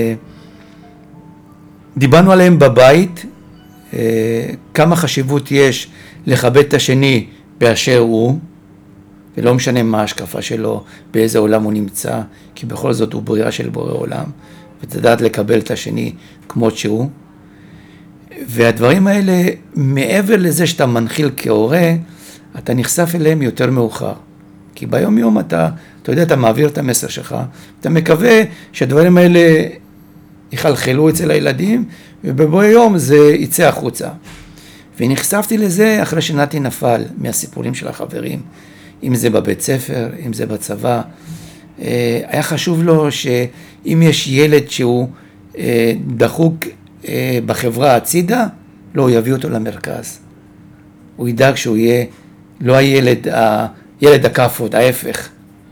דיברנו עליהם בבית, כמה חשיבות יש לכבד את השני באשר הוא, ולא משנה מה ההשקפה שלו, באיזה עולם הוא נמצא, כי בכל זאת הוא בריאה של בורא עולם, ותדעת לקבל את השני כמות שהוא. והדברים האלה, מעבר לזה שאתה מנחיל כהורה, אתה נחשף אליהם יותר מאוחר. כי ביום יום אתה, אתה יודע, אתה מעביר את המסר שלך, אתה מקווה שהדברים האלה יחלחלו אצל הילדים, ובבוא יום זה יצא החוצה. ונחשפתי לזה אחרי שנתי נפל מהסיפורים של החברים, אם זה בבית ספר, אם זה בצבא. היה חשוב לו שאם יש ילד שהוא דחוק בחברה הצידה, לא, הוא יביא אותו למרכז. הוא ידאג שהוא יהיה לא הילד, הילד הכפות, ההפך.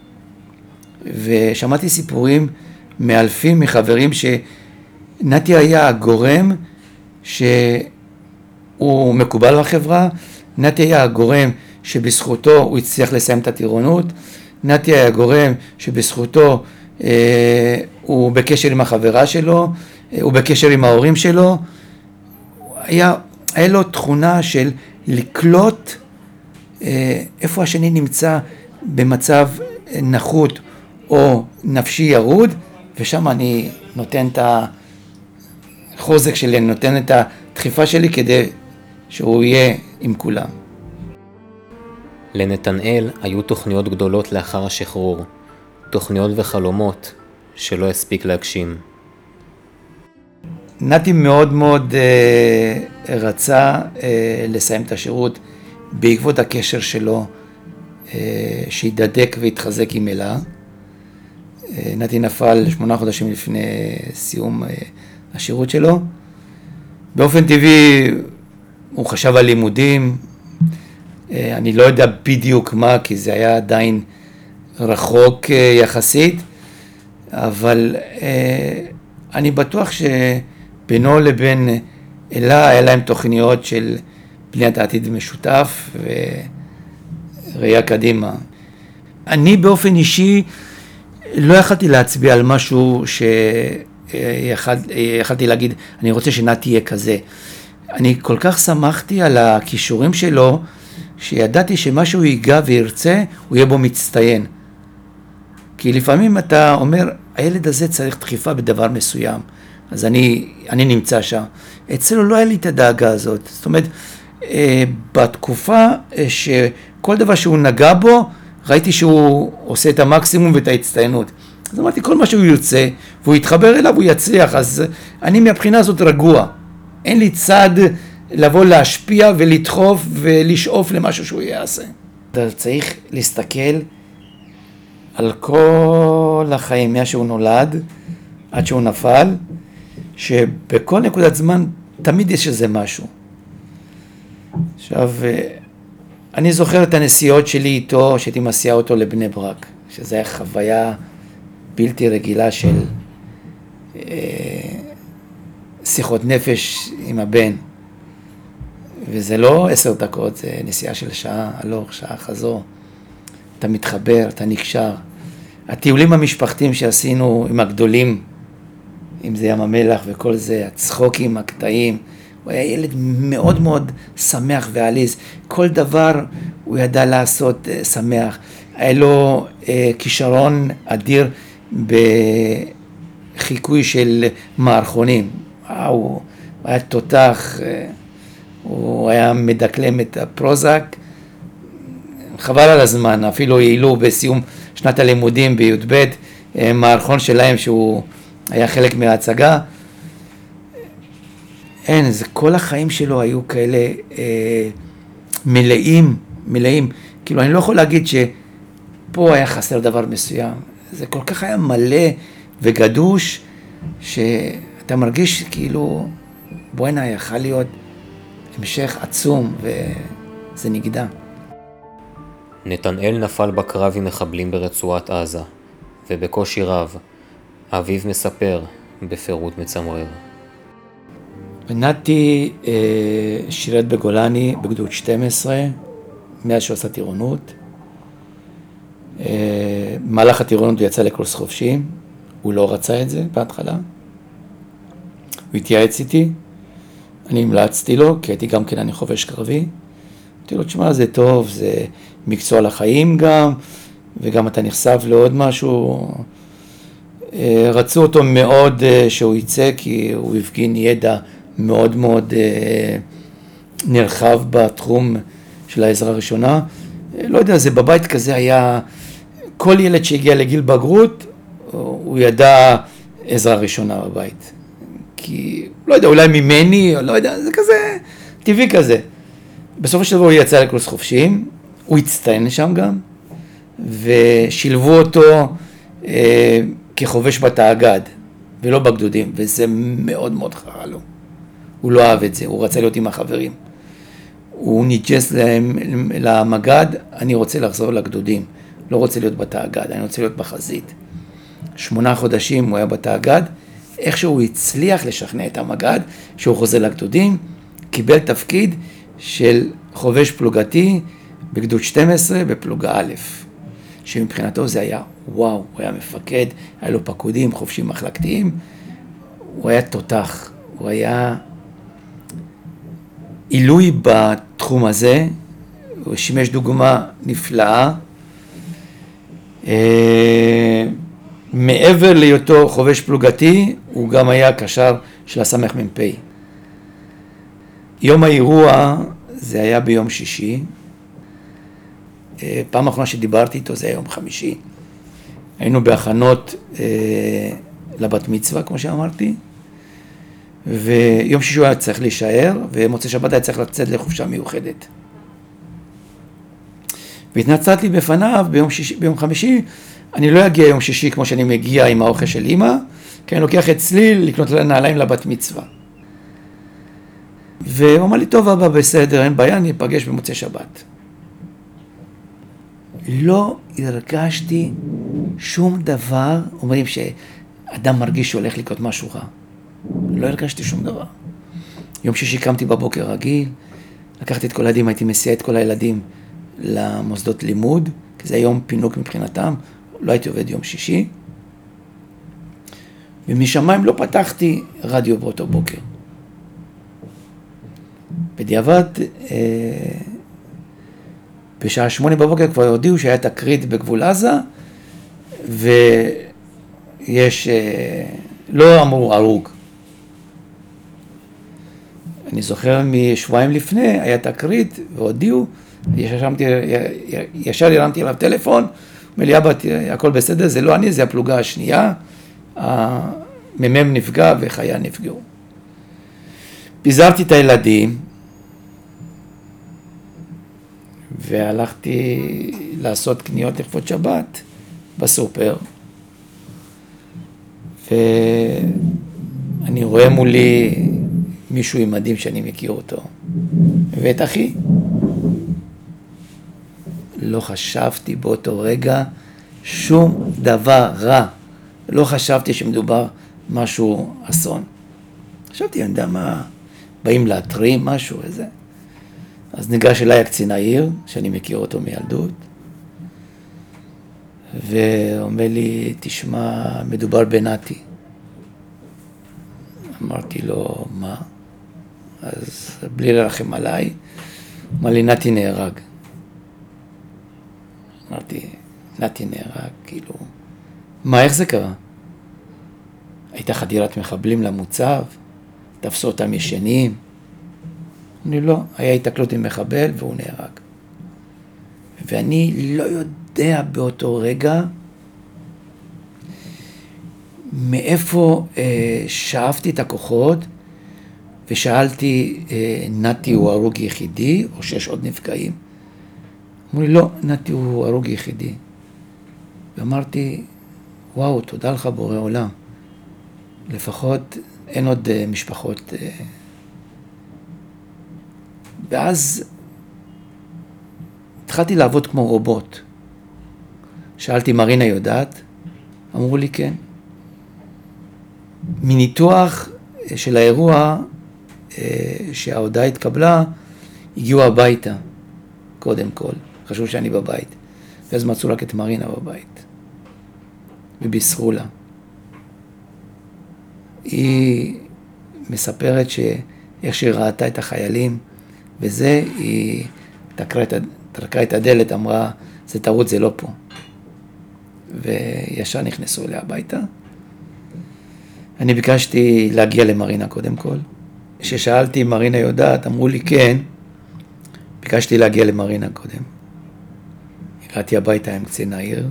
ושמעתי סיפורים מאלפים מחברים שנתי היה הגורם שהוא מקובל בחברה, נתי היה הגורם שבזכותו הוא הצליח לסיים את הטירונות, נתי היה הגורם שבזכותו אה, הוא בקשר עם החברה שלו, אה, הוא בקשר עם ההורים שלו, היה, היה לו תכונה של לקלוט אה, איפה השני נמצא במצב נחות או נפשי ירוד, ושם אני נותן את החוזק שלי, אני נותן את הדחיפה שלי כדי שהוא יהיה עם כולם. לנתנאל היו תוכניות גדולות לאחר השחרור, תוכניות וחלומות שלא הספיק להגשים. נתי מאוד מאוד אה, רצה אה, לסיים את השירות בעקבות הקשר שלו, אה, שידדק והתחזק עם אלה. אה, נתי נפל שמונה חודשים לפני סיום אה, השירות שלו. באופן טבעי הוא חשב על לימודים, אה, אני לא יודע בדיוק מה, כי זה היה עדיין רחוק אה, יחסית, אבל אה, אני בטוח שבינו לבין אלה היה להם תוכניות של בניית העתיד משותף וראייה קדימה. אני באופן אישי לא יכלתי להצביע על משהו שיכלתי להגיד, אני רוצה שנתי יהיה כזה. אני כל כך שמחתי על הכישורים שלו, שידעתי שמה שהוא ייגע וירצה, הוא יהיה בו מצטיין. כי לפעמים אתה אומר, הילד הזה צריך דחיפה בדבר מסוים, אז אני, אני נמצא שם. אצלו לא היה לי את הדאגה הזאת. זאת אומרת, בתקופה שכל דבר שהוא נגע בו, ראיתי שהוא עושה את המקסימום ואת ההצטיינות. אז אמרתי, כל מה שהוא ירצה, והוא יתחבר אליו, הוא יצליח. אז אני מהבחינה הזאת רגוע. אין לי צד לבוא להשפיע ולדחוף ולשאוף למשהו שהוא יעשה. צריך להסתכל על כל החיים, מה שהוא נולד, עד שהוא נפל, שבכל נקודת זמן תמיד יש איזה משהו. עכשיו, אני זוכר את הנסיעות שלי איתו, שהייתי מסיע אותו לבני ברק, שזו הייתה חוויה בלתי רגילה של אה, שיחות נפש עם הבן. וזה לא עשר דקות, זה נסיעה של שעה, הלוך, שעה חזור. אתה מתחבר, אתה נקשר. הטיולים המשפחתיים שעשינו עם הגדולים, אם זה ים המלח וכל זה, הצחוקים, הקטעים, הוא היה ילד מאוד מאוד שמח ועליז. כל דבר הוא ידע לעשות uh, שמח. היה לו uh, כישרון אדיר בחיקוי של מערכונים. וואו, הוא היה תותח, uh, הוא היה מדקלם את הפרוזק, חבל על הזמן, אפילו העלו בסיום שנת הלימודים בי"ב, מערכון שלהם שהוא היה חלק מההצגה. אין, זה כל החיים שלו היו כאלה אה, מלאים, מלאים. כאילו, אני לא יכול להגיד שפה היה חסר דבר מסוים. זה כל כך היה מלא וגדוש, שאתה מרגיש כאילו, בואנה, יכל להיות המשך עצום, וזה נגדע. נתנאל נפל בקרב עם מחבלים ברצועת עזה, ובקושי רב, אביו מספר בפירוט מצמרר. נתי אה, שירת בגולני בגדוד שתים עשרה, מאז שהוא עשה טירונות. אה, במהלך הטירונות הוא יצא לקורס חופשי, הוא לא רצה את זה בהתחלה. הוא התייעץ איתי, אני המלצתי לו, כי הייתי גם כן אני חובש קרבי. אמרתי לו, תשמע, זה טוב, זה מקצוע לחיים גם, וגם אתה נחשף לעוד משהו. אה, רצו אותו מאוד אה, שהוא יצא, כי הוא הפגין ידע מאוד מאוד אה, נרחב בתחום של העזרה הראשונה. אה, לא יודע, זה בבית כזה היה, כל ילד שהגיע לגיל בגרות, הוא ידע עזרה ראשונה בבית. כי, לא יודע, אולי ממני, או לא יודע, זה כזה, טבעי כזה. בסופו של דבר הוא יצא לקורס חופשיים, הוא הצטיין שם גם, ושילבו אותו אה, כחובש בתאגד, ולא בגדודים, וזה מאוד מאוד חרה לו. הוא לא אהב את זה, הוא רצה להיות עם החברים. הוא ניג'ס למגד, אני רוצה לחזור לגדודים, לא רוצה להיות בתאגד, אני רוצה להיות בחזית. שמונה חודשים הוא היה בתאגד, איכשהו הוא הצליח לשכנע את המגד, שהוא חוזר לגדודים, קיבל תפקיד של חובש פלוגתי בגדוד שתים עשרה בפלוגה א', שמבחינתו זה היה וואו, הוא היה מפקד, היה לו פקודים, חובשים מחלקתיים, הוא היה תותח, הוא היה עילוי בתחום הזה, הוא שימש דוגמה נפלאה, מעבר להיותו חובש פלוגתי, הוא גם היה קשר של הסמך מ"פ. יום האירוע זה היה ביום שישי, פעם האחרונה שדיברתי איתו זה היה יום חמישי. היינו בהכנות אה, לבת מצווה, כמו שאמרתי, ויום שישי הוא היה צריך להישאר, ומוצא שבת היה צריך לצאת לחופשה מיוחדת. והתנצלתי בפניו ביום, שיש, ביום חמישי, אני לא אגיע יום שישי כמו שאני מגיע עם האוכל של אמא, כי אני לוקח אצלי לקנות נעליים לבת מצווה. והוא אמר לי, טוב אבא, בסדר, אין בעיה, אני אפגש במוצאי שבת. לא הרגשתי שום דבר, אומרים שאדם מרגיש שהולך לקרות משהו רע. לא הרגשתי שום דבר. יום שישי קמתי בבוקר רגיל, לקחתי את כל הילדים, הייתי מסיע את כל הילדים למוסדות לימוד, כי זה היום פינוק מבחינתם, לא הייתי עובד יום שישי. ומשמיים לא פתחתי רדיו באותו בוקר. בדיעבד, אה, בשעה שמונה בבוקר כבר הודיעו שהיה תקרית בגבול עזה, ויש, אה, לא אמרו הרוג. אני זוכר משבועיים לפני, היה תקרית והודיעו, ישרמתי, ישר הרמתי עליו טלפון, אומר לי, אבא, הכל בסדר, זה לא אני, זה הפלוגה השנייה, הממם נפגע וחיה נפגעו. פיזרתי את הילדים, והלכתי לעשות קניות לכבוד שבת בסופר, ואני רואה מולי מישהו עם מדים שאני מכיר אותו, ואת אחי. לא חשבתי באותו רגע שום דבר רע, לא חשבתי שמדובר משהו אסון. חשבתי, אני יודע מה, באים להתרים משהו איזה. אז ניגש אליי הקצין העיר, שאני מכיר אותו מילדות, ואומר לי, תשמע, מדובר בנתי. אמרתי לו, מה? אז בלי לרחם עליי, אמר לי, נתי נהרג. אמרתי, נתי נהרג, כאילו, מה, איך זה קרה? הייתה חדירת מחבלים למוצב, תפסו אותם ישנים. אני לא, היה התקלות עם מחבל והוא נהרג. ואני לא יודע באותו רגע מאיפה אה, שאפתי את הכוחות, ושאלתי, אה, נתי הוא הרוג יחידי, או שיש עוד נפגעים? אמרו לי, לא, נתי הוא הרוג יחידי. ואמרתי, וואו, תודה לך בורא עולם. לפחות אין עוד אה, משפחות. אה. ואז התחלתי לעבוד כמו רובוט. שאלתי, מרינה יודעת? אמרו לי, כן. מניתוח של האירוע שההודעה התקבלה, הגיעו הביתה, קודם כל. חשוב שאני בבית. ואז מצאו רק את מרינה בבית. ובישרו לה. היא מספרת שאיך שהיא ראתה את החיילים, וזה, היא תרקה את הדלת, אמרה, זה טעות, זה לא פה. וישר נכנסו אליה הביתה. אני ביקשתי להגיע למרינה קודם כל. כששאלתי אם מרינה יודעת, אמרו לי כן. ביקשתי להגיע למרינה קודם. הגעתי הביתה עם קצין העיר.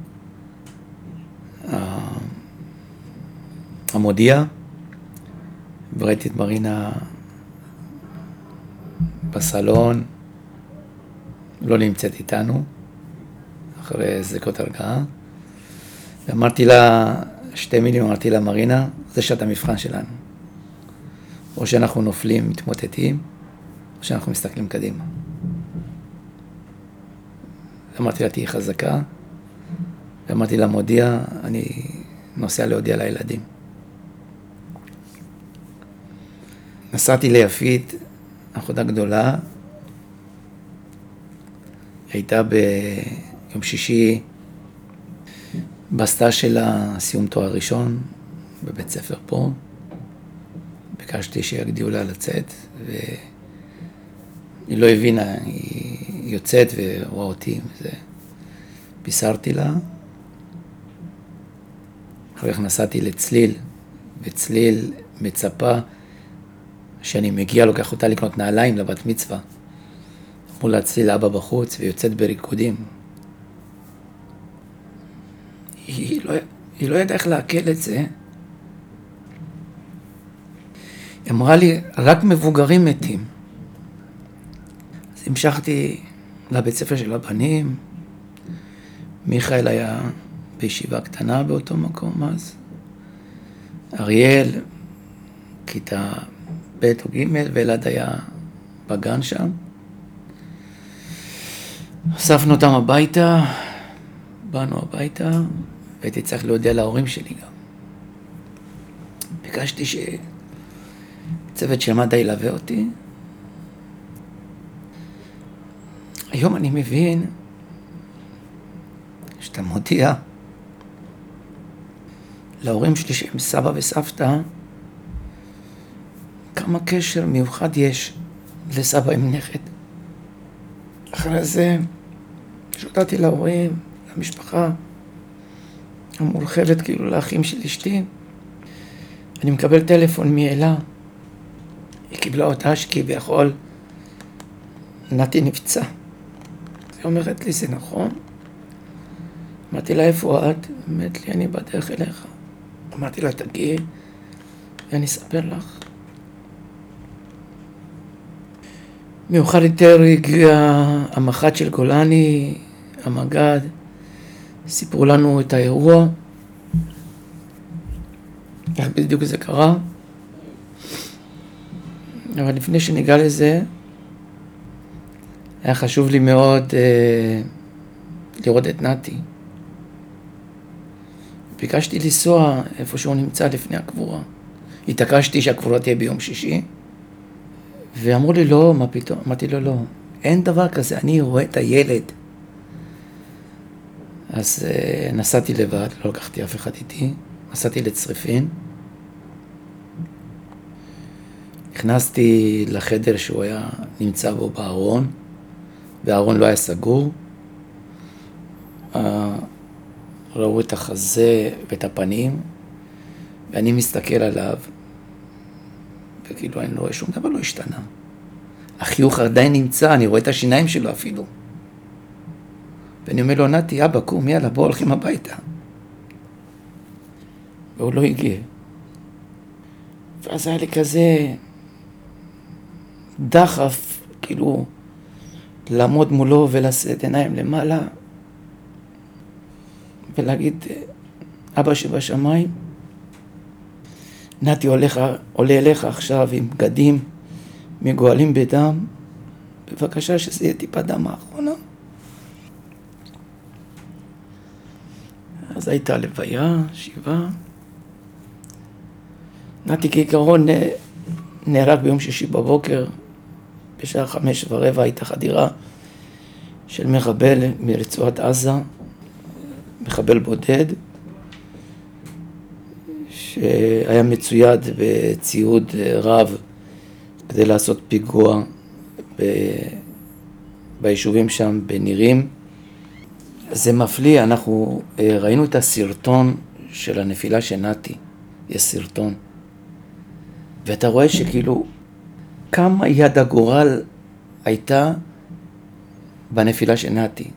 המודיע. וראיתי את מרינה בסלון. לא נמצאת איתנו. אחרי זריקות הרגעה. ואמרתי לה, שתי מילים אמרתי לה, מרינה, זה שעת המבחן שלנו. או שאנחנו נופלים, מתמוטטים, או שאנחנו מסתכלים קדימה. אמרתי לה, תהי חזקה, ואמרתי לה, מודיע, אני נוסע להודיע לילדים. נסעתי ליפית, אחודה גדולה, הייתה ביום שישי, בסטאז' של הסיום תואר ראשון, בבית ספר פה. ביקשתי שיגדיעו לה לצאת, והיא לא הבינה, היא יוצאת ורואה אותי, וזה. בישרתי לה. אחרי כך נסעתי לצליל, וצליל מצפה שאני מגיע, לוקח אותה לקנות נעליים לבת מצווה. אמרו לה, צליל אבא בחוץ, ויוצאת בריקודים. היא לא, היא לא ידעה איך להקל את זה. היא אמרה לי, רק מבוגרים מתים. אז המשכתי לבית ספר של הבנים. מיכאל היה בישיבה קטנה באותו מקום אז. אריאל, כיתה ב' או ג', ואלעד היה בגן שם. אספנו אותם הביתה, באנו הביתה, והייתי צריך להודיע להורים שלי גם. ביקשתי שצוות של מד"א ילווה אותי. היום אני מבין שאתה מודיע להורים שלי שהם סבא וסבתא, כמה קשר מיוחד יש לסבא עם נכד. אחרי זה שותתי להורים, למשפחה המורחבת, כאילו לאחים של אשתי. אני מקבל טלפון מאלה, היא קיבלה אותה שכביכול נתי נפצע. היא אומרת לי, זה נכון? אמרתי לה, איפה את? אמרת לי, אני בדרך אליך. אמרתי לה, תגיעי ואני אספר לך. מאוחר יותר הגיע המח"ט של גולני, המג"ד, סיפרו לנו את האירוע, איך בדיוק זה קרה. אבל לפני שניגע לזה, היה חשוב לי מאוד אה, לראות את נתי. ביקשתי לנסוע איפה שהוא נמצא לפני הקבורה. התעקשתי שהקבורה תהיה ביום שישי, ואמרו לי, לא, מה פתאום? אמרתי לו, לא, אין דבר כזה, אני רואה את הילד. אז אה, נסעתי לבד, לא לקחתי אף אחד איתי, נסעתי לצריפין. נכנסתי לחדר שהוא היה נמצא בו בארון, והארון לא היה סגור. אה, ראו את החזה ואת הפנים, ואני מסתכל עליו, וכאילו אני לא רואה שום דבר, לא השתנה. החיוך עדיין נמצא, אני רואה את השיניים שלו אפילו. ואני אומר לו, נתי, אבא, קום, יאללה, בוא הולכים הביתה. והוא לא הגיע. ואז היה לי כזה דחף, כאילו, לעמוד מולו ולשאת עיניים למעלה, ולהגיד, אבא שבשמיים, נתי הולך, עולה אליך עכשיו עם בגדים מגואלים בדם, בבקשה שזה יהיה טיפה דם האחרונה. אז הייתה לוויה, שבעה. נתי כעיקרון נהרג ביום שישי בבוקר, בשעה חמש ורבע הייתה חדירה של מחבל מרצועת עזה, מחבל בודד, שהיה מצויד בציוד רב כדי לעשות פיגוע ב... ביישובים שם בנירים. זה מפליא, אנחנו ראינו את הסרטון של הנפילה של נתי, יש סרטון. ואתה רואה שכאילו כמה יד הגורל הייתה בנפילה של נתי.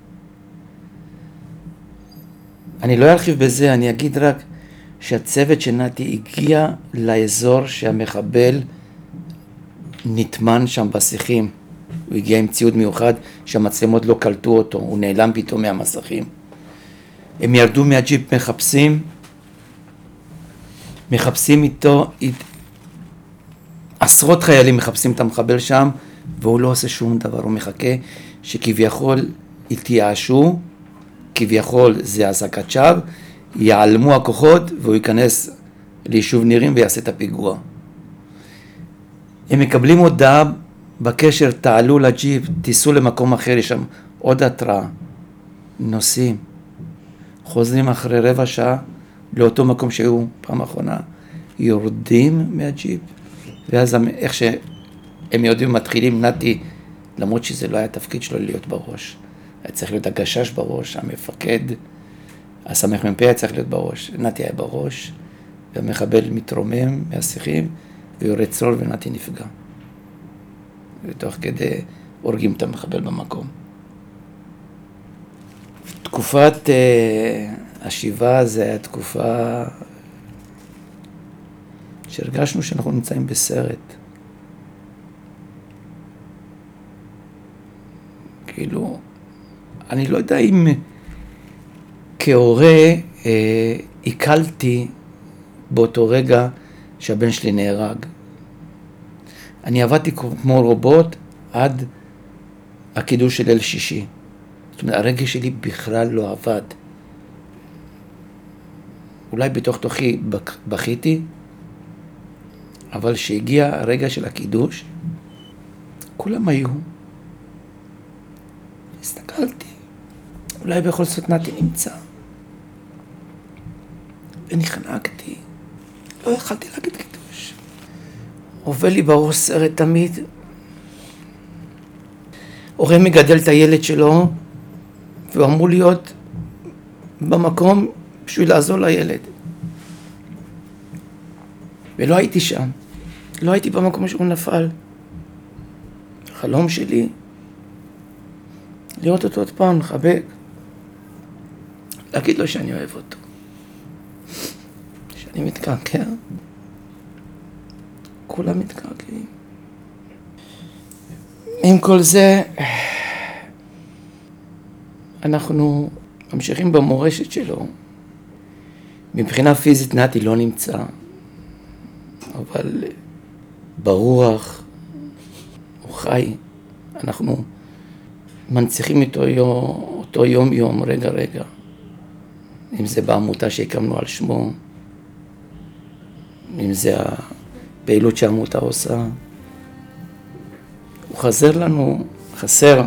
אני לא ארחיב בזה, אני אגיד רק שהצוות של נתי הגיע לאזור שהמחבל נטמן שם בשיחים. הוא הגיע עם ציוד מיוחד שהמצלמות לא קלטו אותו, הוא נעלם פתאום מהמסכים. הם ירדו מהג'יפ, מחפשים, מחפשים איתו, עשרות חיילים מחפשים את המחבל שם, והוא לא עושה שום דבר, הוא מחכה שכביכול יתייאשו, כביכול זה אזעקת שווא, יעלמו הכוחות והוא ייכנס ליישוב נירים ויעשה את הפיגוע. הם מקבלים הודעה בקשר, תעלו לג'יפ, תיסעו למקום אחר, יש שם עוד התראה, נוסעים, חוזרים אחרי רבע שעה לאותו מקום שהיו פעם האחרונה, יורדים מהג'יפ, ואז איך שהם יודעים מתחילים, נתי, למרות שזה לא היה תפקיד שלו להיות בראש, היה צריך להיות הגשש בראש, המפקד, הסמך מ"פ היה צריך להיות בראש, נתי היה בראש, והמחבל מתרומם מהשיחים, ויורד צרור ונתי נפגע. ותוך כדי הורגים את המחבל במקום. תקופת uh, השבעה זה היה תקופה שהרגשנו שאנחנו נמצאים בסרט. כאילו, אני לא יודע אם כהורה uh, עיכלתי באותו רגע שהבן שלי נהרג. אני עבדתי כמו רובוט עד הקידוש של ליל שישי. זאת אומרת, הרגש שלי בכלל לא עבד. אולי בתוך תוכי בכיתי, אבל שהגיע הרגע של הקידוש, כולם היו. הסתכלתי, אולי בכל זאת נתי נמצא. ונחנקתי, לא יכלתי להגיד קידוש. עובר לי בראש סרט תמיד. הורה מגדל את הילד שלו, והוא אמור להיות במקום בשביל לעזור לילד. ולא הייתי שם. לא הייתי במקום שהוא נפל. החלום שלי, לראות אותו עוד פעם, לחבק. להגיד לו שאני אוהב אותו. שאני מתקעקע. כולם מתקעקעים. עם כל זה, אנחנו ממשיכים במורשת שלו. מבחינה פיזית נתי לא נמצא, אבל ברוח הוא חי. אנחנו מנציחים אותו, אותו יום יום, רגע רגע. אם זה בעמותה שהקמנו על שמו, אם זה הפעילות שהעמותה עושה. הוא חסר לנו, חסר.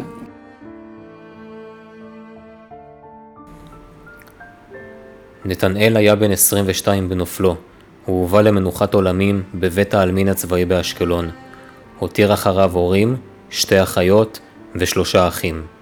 נתנאל היה בן עשרים ושתיים בנופלו. הוא הובא למנוחת עולמים בבית העלמין הצבאי באשקלון. הותיר אחריו הורים, שתי אחיות ושלושה אחים.